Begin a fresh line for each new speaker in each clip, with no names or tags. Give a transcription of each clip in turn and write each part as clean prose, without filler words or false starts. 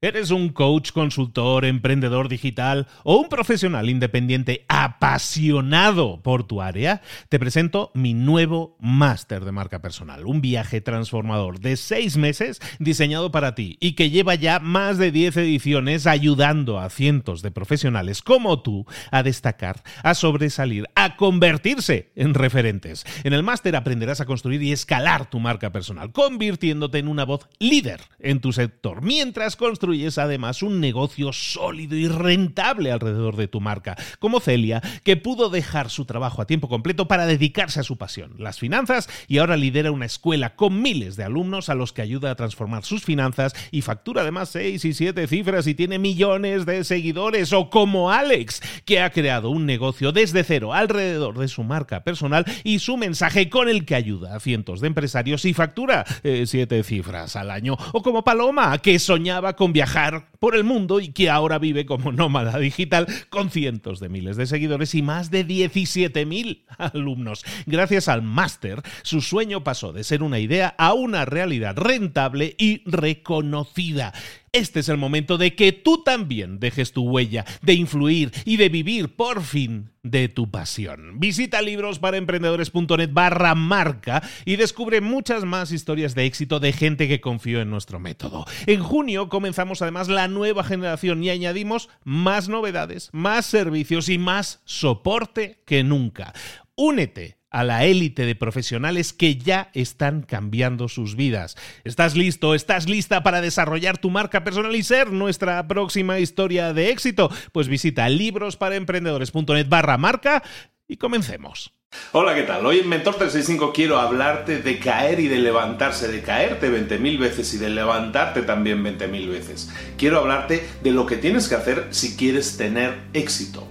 ¿Eres un coach, consultor, emprendedor digital o un profesional independiente apasionado por tu área? Te presento mi nuevo máster de marca personal, un viaje transformador de 6 meses diseñado para ti y que lleva ya más de 10 ediciones ayudando a cientos de profesionales como tú a destacar, a sobresalir, a convertirse en referentes. En el máster aprenderás a construir y escalar tu marca personal, convirtiéndote en una voz líder en tu sector, mientras construyes además un negocio sólido y rentable alrededor de tu marca, como Celia, que pudo dejar su trabajo a tiempo completo para dedicarse a su pasión, las finanzas, y ahora lidera una escuela con miles de alumnos a los que ayuda a transformar sus finanzas y factura además 6 y 7 cifras y tiene millones de seguidores. O como Alex, que ha creado un negocio desde cero alrededor de su marca personal y su mensaje, con el que ayuda a cientos de empresarios y factura 7 cifras al año. O como Paloma, que soñaba con viajar por el mundo y que ahora vive como nómada digital con cientos de miles de seguidores y más de 17.000 alumnos. Gracias al máster, su sueño pasó de ser una idea a una realidad rentable y reconocida. Este es el momento de que tú también dejes tu huella, de influir y de vivir por fin de tu pasión. Visita librosparaemprendedores.net/marca y descubre muchas más historias de éxito de gente que confió en nuestro método. En junio comenzamos además la nueva generación y añadimos más novedades, más servicios y más soporte que nunca. Únete a la élite de profesionales que ya están cambiando sus vidas. ¿Estás listo? ¿Estás lista para desarrollar tu marca personal y ser nuestra próxima historia de éxito? Pues visita librosparaemprendedores.net/marca y comencemos.
Hola, ¿qué tal? Hoy en Mentor 365 quiero hablarte de caer y de levantarse, de caerte 20.000 veces y de levantarte también 20.000 veces. Quiero hablarte de lo que tienes que hacer si quieres tener éxito.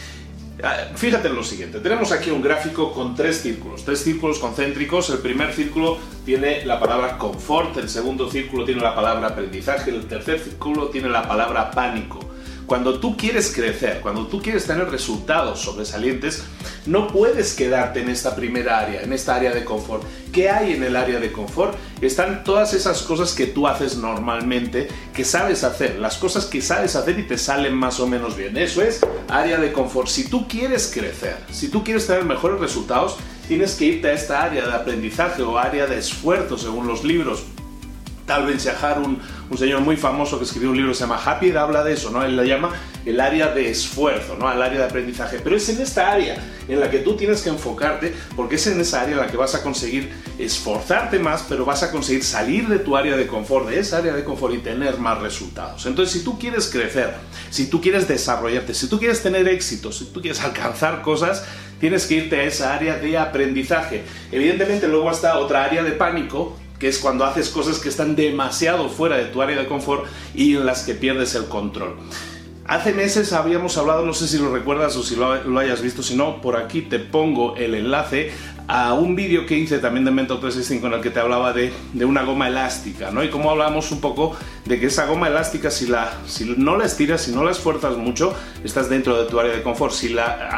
Fíjate en lo siguiente, tenemos aquí un gráfico con 3 círculos concéntricos. El primer círculo tiene la palabra confort, el segundo círculo tiene la palabra aprendizaje, el tercer círculo tiene la palabra pánico. Cuando tú quieres crecer, cuando tú quieres tener resultados sobresalientes, no puedes quedarte en esta primera área, en esta área de confort. ¿Qué hay en el área de confort? Están todas esas cosas que tú haces normalmente, que sabes hacer, las cosas que sabes hacer y te salen más o menos bien. Eso es área de confort. Si tú quieres crecer, si tú quieres tener mejores resultados, tienes que irte a esta área de aprendizaje o área de esfuerzo, según los libros. Tal Ben-Shahar, un señor muy famoso que escribió un libro que se llama Happy, habla de eso, ¿no? Él lo llama el área de esfuerzo, ¿no? El área de aprendizaje. Pero es en esta área en la que tú tienes que enfocarte, porque es en esa área en la que vas a conseguir esforzarte más, pero vas a conseguir salir de tu área de confort, de esa área de confort, y tener más resultados. Entonces, si tú quieres crecer, si tú quieres desarrollarte, si tú quieres tener éxito, si tú quieres alcanzar cosas, tienes que irte a esa área de aprendizaje. Evidentemente, luego está otra área de pánico, que es cuando haces cosas que están demasiado fuera de tu área de confort y en las que pierdes el control. Hace meses habíamos hablado, no sé si lo recuerdas o si lo hayas visto, si no, por aquí te pongo el enlace a un vídeo que hice también de Mentor 365 en el que te hablaba de una goma elástica, ¿no? Y cómo hablábamos un poco de que esa goma elástica, si no la estiras, si no la esfuerzas mucho, estás dentro de tu área de confort. Si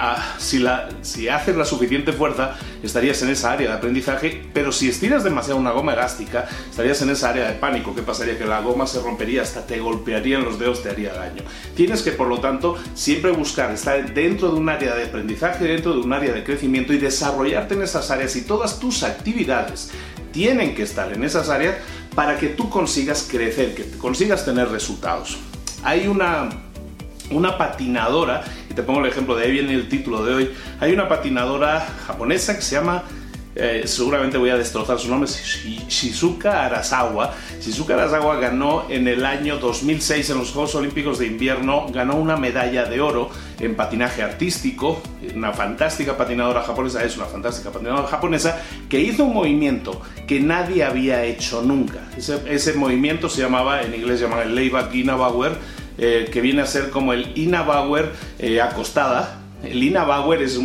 haces la suficiente fuerza, estarías en esa área de aprendizaje, pero si estiras demasiado una goma elástica, estarías en esa área de pánico. ¿Qué pasaría? Que la goma se rompería, hasta te golpearían los dedos, te haría daño. Tienes que, por lo tanto, siempre buscar estar dentro de un área de aprendizaje, dentro de un área de crecimiento y desarrollarte en esas áreas, y todas tus actividades tienen que estar en esas áreas para que tú consigas crecer, que consigas tener resultados. Hay una patinadora, y te pongo el ejemplo, de ahí viene el título de hoy. Hay una patinadora japonesa que se llama, seguramente voy a destrozar su nombre, Shizuka Arasawa. Shizuka Arasawa ganó en el año 2006 en los Juegos Olímpicos de Invierno, ganó una medalla de oro en patinaje artístico. Una fantástica patinadora japonesa, es una fantástica patinadora japonesa que hizo un movimiento que nadie había hecho nunca. Ese movimiento se llamaba, en inglés se llama el layback Inabauer, que viene a ser como el Inabauer acostada. El Inabauer es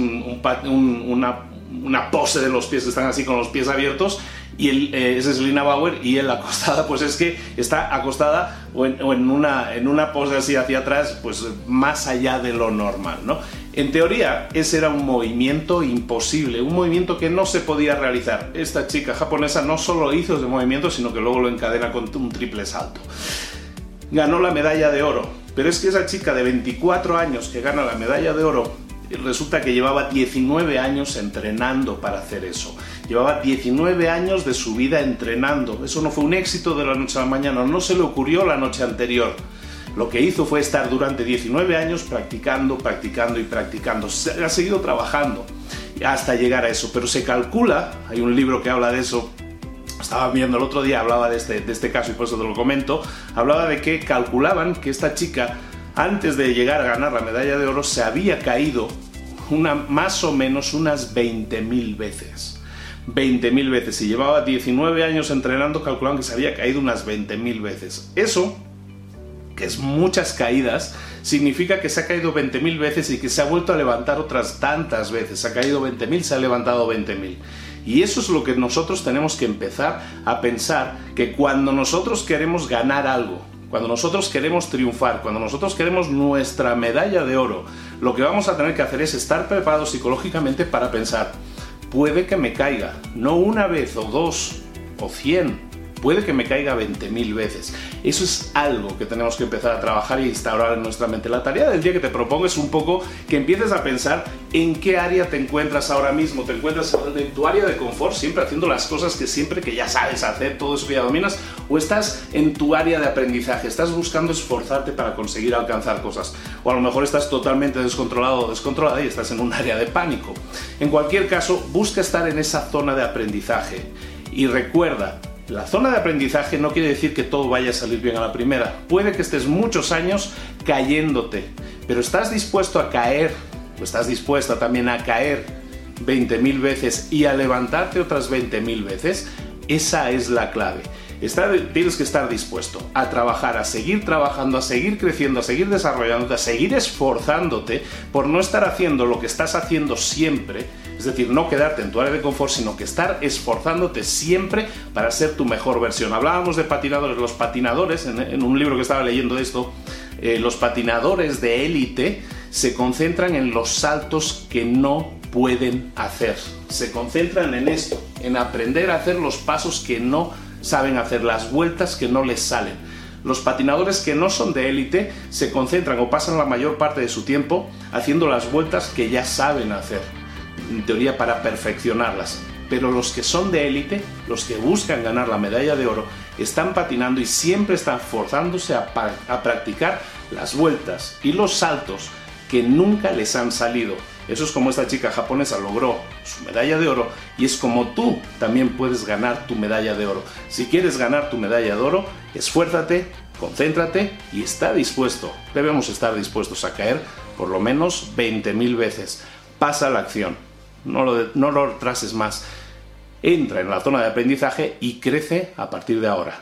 una pose de los pies que están así con los pies abiertos, y ese es el Inabauer. Y el acostada, pues es que está acostada o en una pose así hacia atrás, pues más allá de lo normal, ¿no? En teoría, ese era un movimiento imposible, un movimiento que no se podía realizar. Esta chica japonesa no solo hizo ese movimiento, sino que luego lo encadena con un triple salto. ganó la medalla de oro. Pero es que esa chica de 24 años que gana la medalla de oro, resulta que llevaba 19 años entrenando para hacer eso. Llevaba 19 años de su vida entrenando. Eso no fue un éxito de la noche a la mañana, no se le ocurrió la noche anterior. Lo que hizo fue estar durante 19 años practicando. Ha seguido trabajando hasta llegar a eso. Pero se calcula, hay un libro que habla de eso, estaba viendo el otro día, hablaba de este caso y por eso te lo comento, hablaba de que calculaban que esta chica, antes de llegar a ganar la medalla de oro, se había caído más o menos unas 20.000 veces. 20.000 veces. Y llevaba 19 años entrenando, calculaban que se había caído unas 20.000 veces. Eso, que es muchas caídas, significa que se ha caído 20.000 veces y que se ha vuelto a levantar otras tantas veces. Se ha caído 20.000, se ha levantado 20.000. Y eso es lo que nosotros tenemos que empezar a pensar, que cuando nosotros queremos ganar algo, cuando nosotros queremos triunfar, cuando nosotros queremos nuestra medalla de oro, lo que vamos a tener que hacer es estar preparados psicológicamente para pensar, puede que me caiga, no una vez o dos o 100, puede que me caiga 20.000 veces. Eso es algo que tenemos que empezar a trabajar y instaurar en nuestra mente. La tarea del día que te propongo es un poco que empieces a pensar en qué área te encuentras ahora mismo. ¿Te encuentras en tu área de confort, siempre haciendo las cosas que ya sabes hacer, todo eso que ya dominas? ¿O estás en tu área de aprendizaje? ¿Estás buscando esforzarte para conseguir alcanzar cosas? O a lo mejor estás totalmente descontrolado o descontrolada y estás en un área de pánico. En cualquier caso, busca estar en esa zona de aprendizaje. Y recuerda, la zona de aprendizaje no quiere decir que todo vaya a salir bien a la primera. Puede que estés muchos años cayéndote, pero ¿estás dispuesto a caer? ¿O estás dispuesta también a caer 20.000 veces y a levantarte otras 20.000 veces? Esa es la clave. Tienes que estar dispuesto a trabajar, a seguir trabajando, a seguir creciendo, a seguir desarrollándote, a seguir esforzándote por no estar haciendo lo que estás haciendo siempre. Es decir, no quedarte en tu área de confort, sino que estar esforzándote siempre para ser tu mejor versión. Hablábamos de patinadores. Los patinadores, en un libro que estaba leyendo de esto, los patinadores de élite se concentran en los saltos que no pueden hacer. Se concentran en esto, en aprender a hacer los pasos que no saben hacer, las vueltas que no les salen. Los patinadores que no son de élite se concentran o pasan la mayor parte de su tiempo haciendo las vueltas que ya saben hacer, en teoría para perfeccionarlas. Pero los que son de élite, los que buscan ganar la medalla de oro, están patinando y siempre están forzándose a practicar las vueltas y los saltos que nunca les han salido. Eso es como esta chica japonesa logró su medalla de oro, y es como tú también puedes ganar tu medalla de oro. Si quieres ganar tu medalla de oro, esfuérzate, concéntrate y debemos estar dispuestos a caer por lo menos 20.000 veces. Pasa a la acción, no lo retrases más. Entra en la zona de aprendizaje y crece a partir de ahora.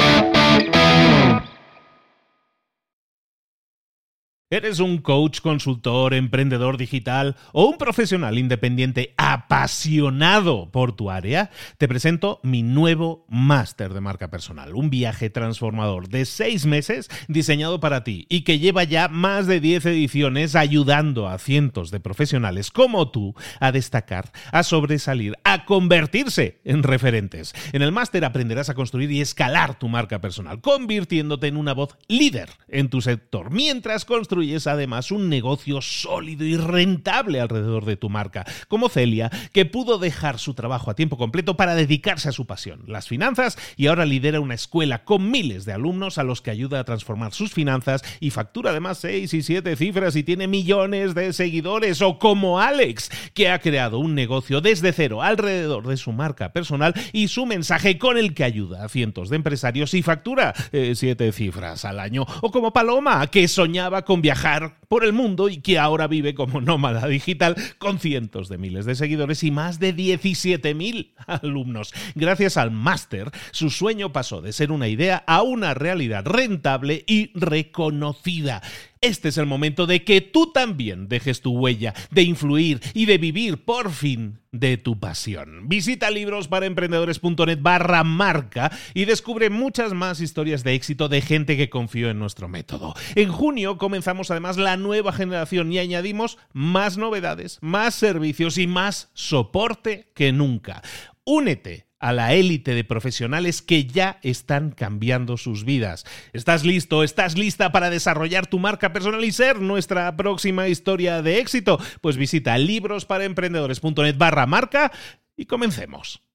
¿Eres un coach, consultor, emprendedor digital o un profesional independiente apasionado por tu área? Te presento mi nuevo máster de marca personal, un viaje transformador de 6 meses diseñado para ti y que lleva ya más de 10 ediciones ayudando a cientos de profesionales como tú a destacar, a sobresalir, a convertirse en referentes. En el máster aprenderás a construir y escalar tu marca personal, convirtiéndote en una voz líder en tu sector, mientras construyes además un negocio sólido y rentable alrededor de tu marca, como Celia, que pudo dejar su trabajo a tiempo completo para dedicarse a su pasión, las finanzas, y ahora lidera una escuela con miles de alumnos a los que ayuda a transformar sus finanzas y factura además 6 y 7 cifras y tiene millones de seguidores. O como Alex, que ha creado un negocio desde cero alrededor de su marca personal y su mensaje, con el que ayuda a cientos de empresarios y factura 7 cifras al año. O como Paloma, que soñaba con viajar por el mundo y que ahora vive como nómada digital con cientos de miles de seguidores y más de 17.000 alumnos. Gracias al máster, su sueño pasó de ser una idea a una realidad rentable y reconocida. Este es el momento de que tú también dejes tu huella, de influir y de vivir por fin de tu pasión. Visita librosparaemprendedores.net/marca y descubre muchas más historias de éxito de gente que confió en nuestro método. En junio comenzamos además la nueva generación y añadimos más novedades, más servicios y más soporte que nunca. Únete a la élite de profesionales que ya están cambiando sus vidas. ¿Estás listo? ¿Estás lista para desarrollar tu marca personal y ser nuestra próxima historia de éxito? Pues visita librosparaemprendedores.net/marca y comencemos.